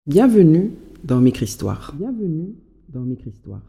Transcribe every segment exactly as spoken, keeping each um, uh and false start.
Bienvenue dans Micro-Histoire. Bienvenue dans Micro-Histoire.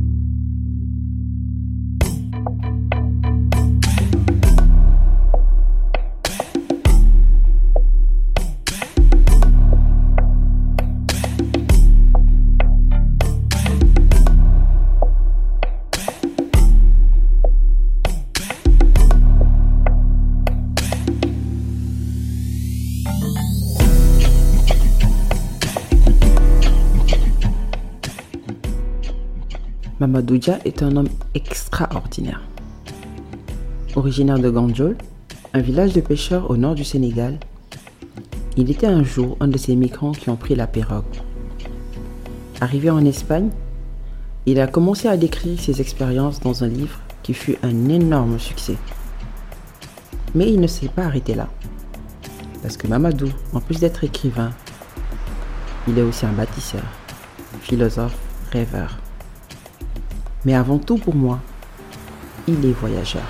Mamadou Dia est un homme extraordinaire. Originaire de Gandiol, un village de pêcheurs au nord du Sénégal, il était un jour un de ces migrants qui ont pris la pirogue. Arrivé en Espagne, il a commencé à décrire ses expériences dans un livre qui fut un énorme succès. Mais il ne s'est pas arrêté là. Parce que Mamadou, en plus d'être écrivain, il est aussi un bâtisseur, philosophe, rêveur. Mais avant tout pour moi, il est voyageur.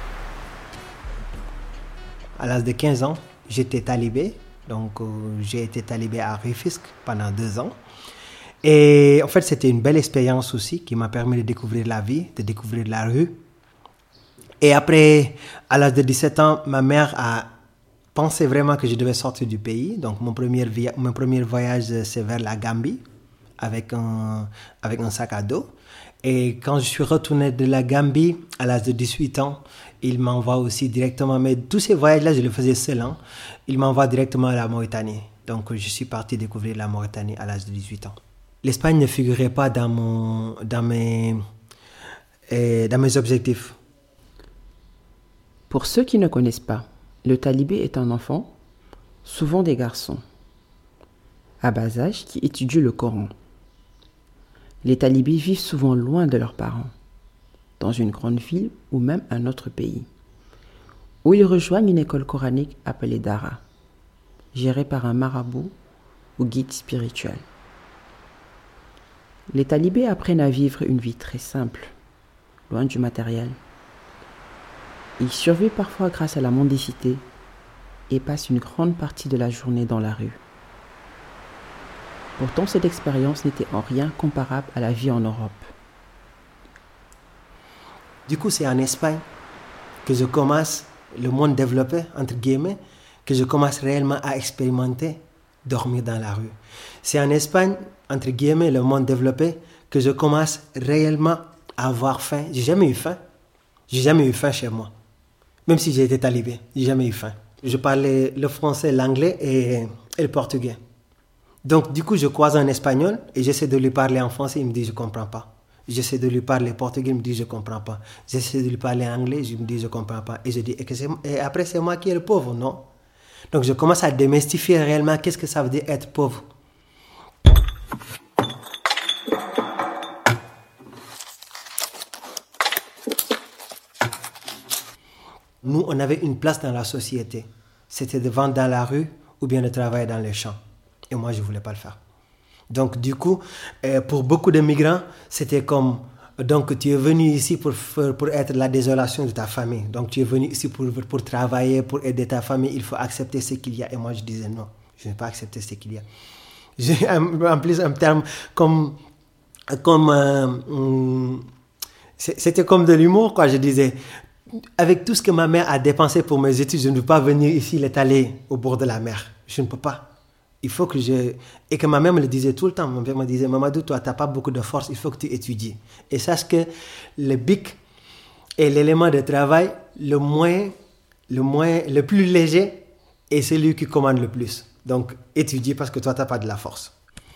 À l'âge de quinze ans, j'étais talibé. Donc, euh, j'ai été talibé à Rufisque pendant deux ans. Et en fait, c'était une belle expérience aussi qui m'a permis de découvrir la vie, de découvrir la rue. Et après, à l'âge de dix-sept ans, ma mère a pensé vraiment que je devais sortir du pays. Donc, mon premier, via- mon premier voyage, c'est vers la Gambie avec un, avec un sac à dos. Et quand je suis retourné de la Gambie à l'âge de dix-huit ans, il m'envoie aussi directement, mais tous ces voyages-là, je les faisais seul, hein, il m'envoie directement à la Mauritanie. Donc, je suis parti découvrir la Mauritanie à l'âge de dix-huit ans. L'Espagne ne figurait pas dans, mon, dans, mes, euh, dans mes objectifs. Pour ceux qui ne connaissent pas, le talibé est un enfant, souvent des garçons, à bas âge qui étudient le Coran. Les talibés vivent souvent loin de leurs parents, dans une grande ville ou même un autre pays, où ils rejoignent une école coranique appelée Dara, gérée par un marabout ou guide spirituel. Les talibés apprennent à vivre une vie très simple, loin du matériel. Ils survivent parfois grâce à la mendicité et passent une grande partie de la journée dans la rue. Pourtant, cette expérience n'était en rien comparable à la vie en Europe. Du coup, c'est en Espagne que je commence, le monde développé, entre guillemets, que je commence réellement à expérimenter dormir dans la rue. C'est en Espagne, entre guillemets, le monde développé, que je commence réellement à avoir faim. J'ai jamais eu faim. J'ai jamais eu faim chez moi. Même si j'ai été talibé, j'ai jamais eu faim. Je parlais le français, l'anglais et, et le portugais. Donc, du coup, je croise un Espagnol et j'essaie de lui parler en français, il me dit « je ne comprends pas ». J'essaie de lui parler portugais, il me dit « je ne comprends pas ». J'essaie de lui parler anglais, il me dit « je ne comprends pas ». Et je dis et, que c'est, et après, c'est moi qui est le pauvre, non? Donc, je commence à démystifier réellement qu'est-ce que ça veut dire être pauvre. Nous, on avait une place dans la société. C'était de vendre dans la rue ou bien de travailler dans les champs. Et moi, je ne voulais pas le faire. Donc, du coup, euh, pour beaucoup de migrants, c'était comme... Donc, tu es venu ici pour, pour être la désolation de ta famille. Donc, tu es venu ici pour, pour travailler, pour aider ta famille. Il faut accepter ce qu'il y a. Et moi, je disais non, je ne vais pas accepter ce qu'il y a. J'ai en plus un terme comme... comme euh, c'était comme de l'humour, quoi. Je disais, avec tout ce que ma mère a dépensé pour mes études, je ne veux pas venir ici l'étaler au bord de la mer. Je ne peux pas. Il faut que je... Et que ma mère me le disait tout le temps. Ma mère me disait, Mamadou, toi, tu n'as pas beaucoup de force, il faut que tu étudies. Et sache que le bic est l'élément de travail le moins, le moins, le plus léger et celui qui commande le plus. Donc, étudie parce que toi, tu n'as pas de la force.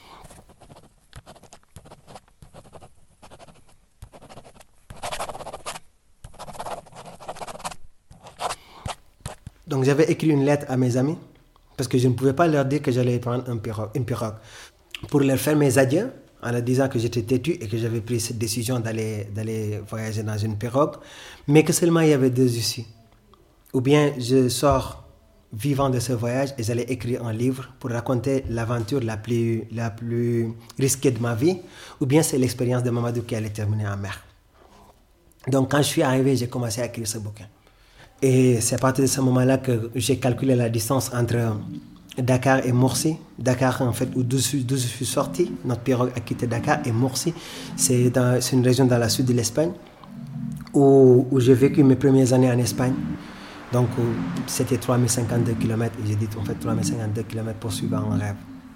Donc, j'avais écrit une lettre à mes amis parce que je ne pouvais pas leur dire que j'allais prendre un pirogue, une pirogue. Pour leur faire mes adieux, en leur disant que j'étais têtu et que j'avais pris cette décision d'aller, d'aller voyager dans une pirogue, mais que seulement il y avait deux issues. Ou bien je sors vivant de ce voyage et j'allais écrire un livre pour raconter l'aventure la plus, la plus risquée de ma vie, ou bien c'est l'expérience de Mamadou qui allait terminer en mer. Donc quand je suis arrivé, j'ai commencé à écrire ce bouquin. Et c'est à partir de ce moment-là que j'ai calculé la distance entre Dakar et Murcie. Dakar, en fait, d'où je suis sorti, notre pirogue a quitté Dakar, et Murcie, c'est une région dans la sud de l'Espagne, où, où j'ai vécu mes premières années en Espagne. Donc, c'était trois mille cinquante-deux kilomètres, et j'ai dit, en fait, trois mille cinquante-deux kilomètres pour suivre un rêve.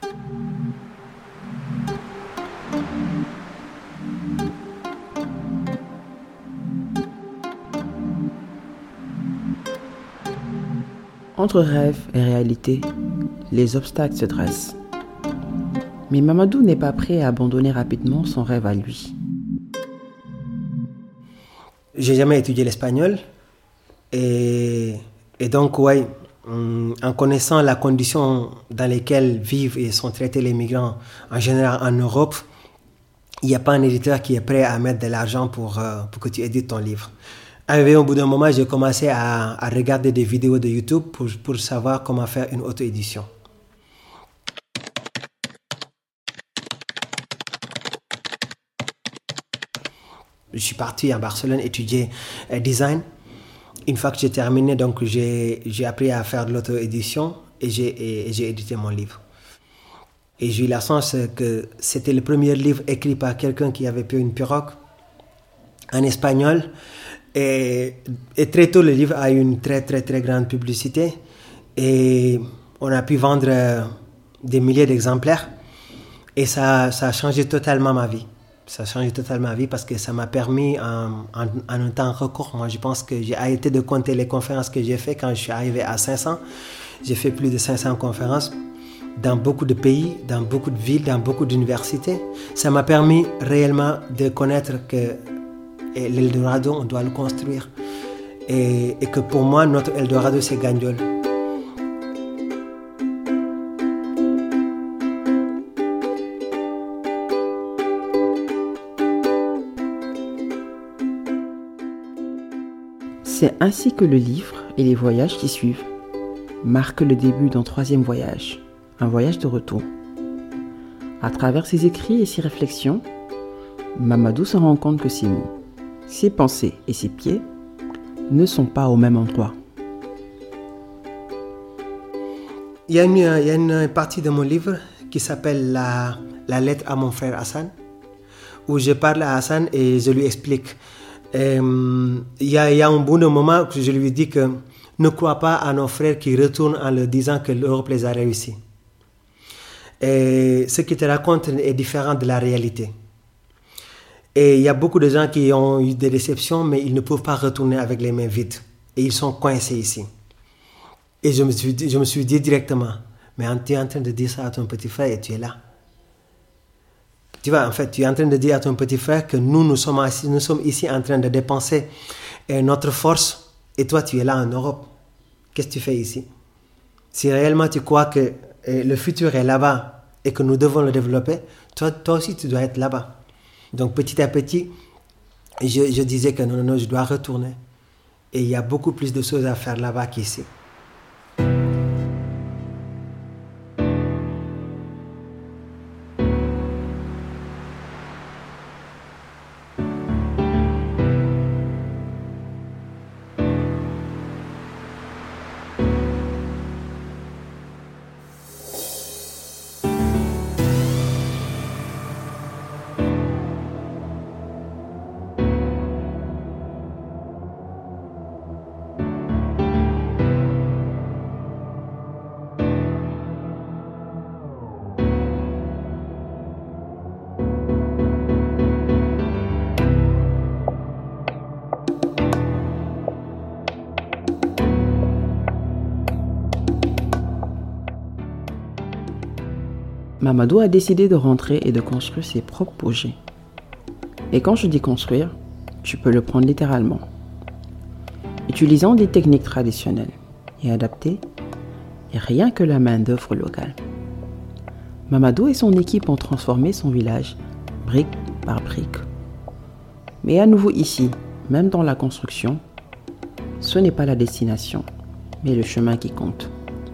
Entre rêve et réalité, les obstacles se dressent. Mais Mamadou n'est pas prêt à abandonner rapidement son rêve à lui. J'ai jamais étudié l'espagnol et, et donc, ouais, en connaissant la condition dans laquelle vivent et sont traités les migrants en général en Europe, il n'y a pas un éditeur qui est prêt à mettre de l'argent pour, pour que tu édites ton livre. Arrivé au bout d'un moment, j'ai commencé à, à regarder des vidéos de YouTube pour, pour savoir comment faire une auto-édition. Je suis parti à Barcelone étudier euh, design. Une fois que j'ai terminé, donc j'ai, j'ai appris à faire de l'auto-édition et j'ai, et, et j'ai édité mon livre. Et j'ai eu la chance que c'était le premier livre écrit par quelqu'un qui avait pris une pirogue en espagnol. Et, et très tôt, le livre a eu une très, très, très grande publicité. Et on a pu vendre euh, des milliers d'exemplaires. Et ça, ça a changé totalement ma vie. Ça a changé totalement ma vie parce que ça m'a permis, en, en, en un temps record, moi je pense que j'ai arrêté de compter les conférences que j'ai faites quand je suis arrivé à cinq cents. J'ai fait plus de cinq cents conférences dans beaucoup de pays, dans beaucoup de villes, dans beaucoup d'universités. Ça m'a permis réellement de connaître que l'Eldorado, on doit le construire. Et, et que pour moi, notre Eldorado, c'est Gandiol. C'est ainsi que le livre et les voyages qui suivent marquent le début d'un troisième voyage, un voyage de retour. À travers ses écrits et ses réflexions, Mamadou se rend compte que ses mots, ses pensées et ses pieds ne sont pas au même endroit. Il y a une, il y a une partie de mon livre qui s'appelle la, la lettre à mon frère Hassan, où je parle à Hassan et je lui explique. Euh, il, y a, il y a un bon moment où je lui dis que ne crois pas à nos frères qui retournent en leur disant que l'Europe les a réussis. Et ce qu'ils te racontent est différent de la réalité. Et il y a beaucoup de gens qui ont eu des déceptions, mais ils ne peuvent pas retourner avec les mains vides. Et ils sont coincés ici. Et je me suis dit, je me suis dit directement, mais tu es en train de dire ça à ton petit frère et tu es là. Tu vois, en fait, tu es en train de dire à ton petit frère que nous, nous sommes, assis, nous sommes ici en train de dépenser notre force et toi, tu es là en Europe. Qu'est-ce que tu fais ici? Si réellement tu crois que le futur est là-bas et que nous devons le développer, toi, toi aussi, tu dois être là-bas. Donc, petit à petit, je, je disais que non, non, non, je dois retourner. Et il y a beaucoup plus de choses à faire là-bas qu'ici. Mamadou a décidé de rentrer et de construire ses propres projets. Et quand je dis construire, tu peux le prendre littéralement. Utilisant des techniques traditionnelles et adaptées, et rien que la main-d'œuvre locale. Mamadou et son équipe ont transformé son village brique par brique. Mais à nouveau ici, même dans la construction, ce n'est pas la destination, mais le chemin qui compte.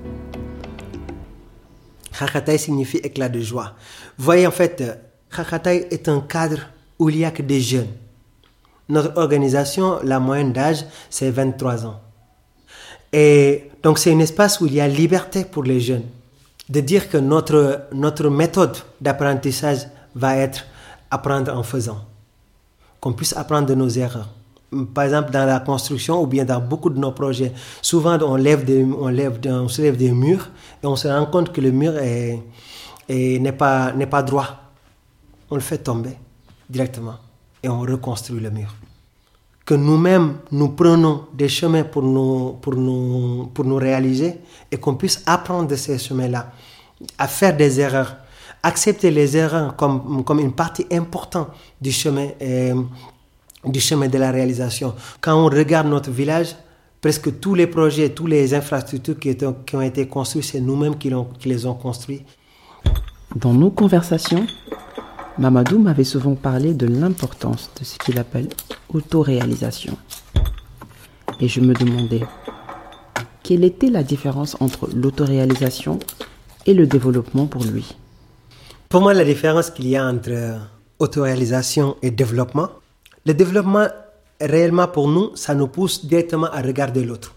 Khakhatai signifie éclat de joie. Vous voyez, en fait, Khakhatai est un cadre où il n'y a que des jeunes. Notre organisation, la moyenne d'âge, c'est vingt-trois ans. Et donc, c'est un espace où il y a liberté pour les jeunes. de dire que notre, notre méthode d'apprentissage va être apprendre en faisant. Qu'on puisse apprendre de nos erreurs. Par exemple, dans la construction ou bien dans beaucoup de nos projets, souvent on, lève des, on, lève, on se lève des murs et on se rend compte que le mur est, est, n'est, pas, n'est pas droit. On le fait tomber directement et on reconstruit le mur. Que nous-mêmes, nous prenons des chemins pour nous, pour nous, pour nous réaliser et qu'on puisse apprendre de ces chemins-là, à faire des erreurs, accepter les erreurs comme, comme une partie importante du chemin, euh, du chemin de la réalisation. Quand on regarde notre village, presque tous les projets, toutes les infrastructures qui, étaient, qui ont été construites, c'est nous-mêmes qui, qui les ont construits. Dans nos conversations, Mamadou m'avait souvent parlé de l'importance de ce qu'il appelle autoréalisation. Et je me demandais, quelle était la différence entre l'autoréalisation et le développement pour lui? Pour moi, la différence qu'il y a entre autoréalisation et développement, le développement, réellement pour nous, ça nous pousse directement à regarder l'autre.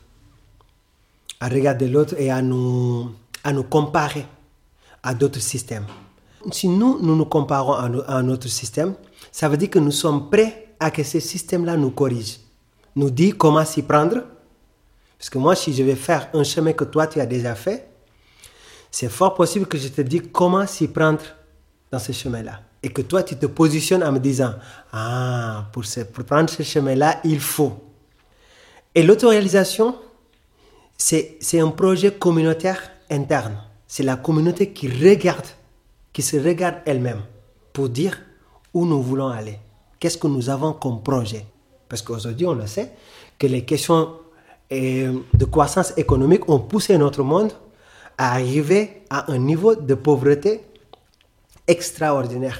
À regarder l'autre et à nous, à nous comparer à d'autres systèmes. Si nous, nous nous comparons à, à un autre système, ça veut dire que nous sommes prêts à que ce système-là nous corrige. Nous dit comment s'y prendre. Parce que moi, si je vais faire un chemin que toi, tu as déjà fait, c'est fort possible que je te dise comment s'y prendre dans ce chemin-là. Et que toi, tu te positionnes en me disant, ah, pour, ce, pour prendre ce chemin-là, il faut. Et l'autoréalisation, c'est, c'est un projet communautaire interne. C'est la communauté qui regarde, qui se regarde elle-même pour dire où nous voulons aller. Qu'est-ce que nous avons comme projet? Parce qu'aujourd'hui, on le sait, que les questions de croissance économique ont poussé notre monde à arriver à un niveau de pauvreté extraordinaire.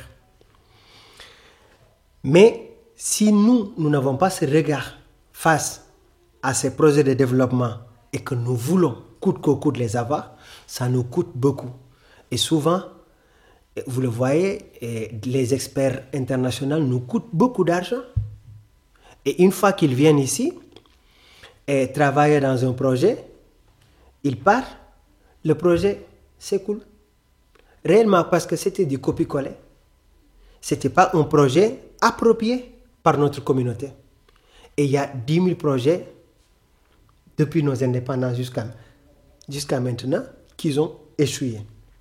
Mais si nous, nous n'avons pas ce regard face à ces projets de développement et que nous voulons coûte que coûte les avoir, ça nous coûte beaucoup. Et souvent, vous le voyez, les experts internationaux nous coûtent beaucoup d'argent. Et une fois qu'ils viennent ici et travaillent dans un projet, ils partent, le projet s'écoule. Réellement parce que c'était du copier-coller. Ce n'était pas un projet approprié par notre communauté. Et il y a dix mille projets depuis nos indépendances jusqu'à, jusqu'à maintenant qui ont échoué.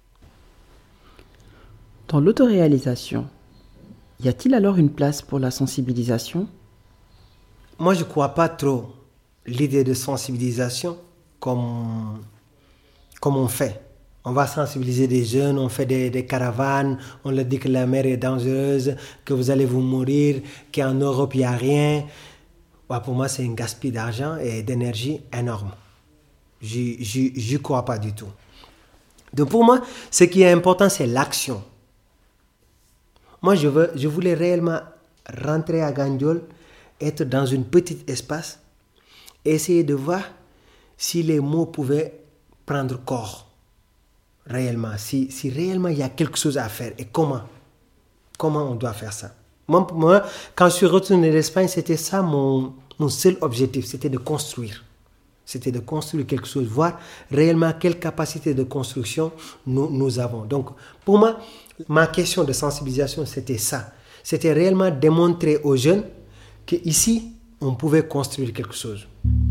Dans l'autoréalisation, y a-t-il alors une place pour la sensibilisation? Moi, je ne crois pas trop l'idée de sensibilisation comme, comme on fait. On va sensibiliser des jeunes, on fait des, des caravanes, on leur dit que la mer est dangereuse, que vous allez vous mourir, qu'en Europe, il n'y a rien. Ouais, pour moi, c'est un gaspillage d'argent et d'énergie énorme. Je n'y crois pas du tout. Donc pour moi, ce qui est important, c'est l'action. Moi, je, veux, je voulais réellement rentrer à Gandiol, être dans un petit espace, essayer de voir si les mots pouvaient prendre corps. Réellement, si, si réellement il y a quelque chose à faire et comment, comment on doit faire ça. Moi, moi quand je suis retourné d'Espagne, c'était ça mon, mon seul objectif, c'était de construire. C'était de construire quelque chose, voir réellement quelle capacité de construction nous, nous avons. Donc, pour moi, ma question de sensibilisation, c'était ça. C'était réellement démontrer aux jeunes qu'ici, on pouvait construire quelque chose.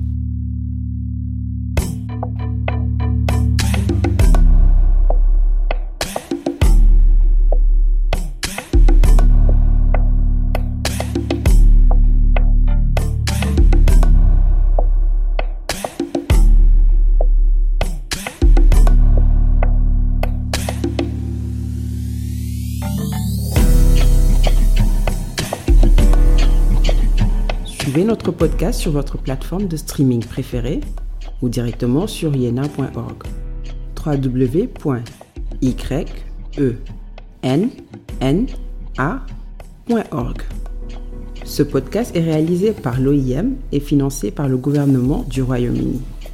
Suivez notre podcast sur votre plateforme de streaming préférée ou directement sur yena point org. w w w point y e n n a point org. Ce podcast est réalisé par l'O I M et financé par le gouvernement du Royaume-Uni.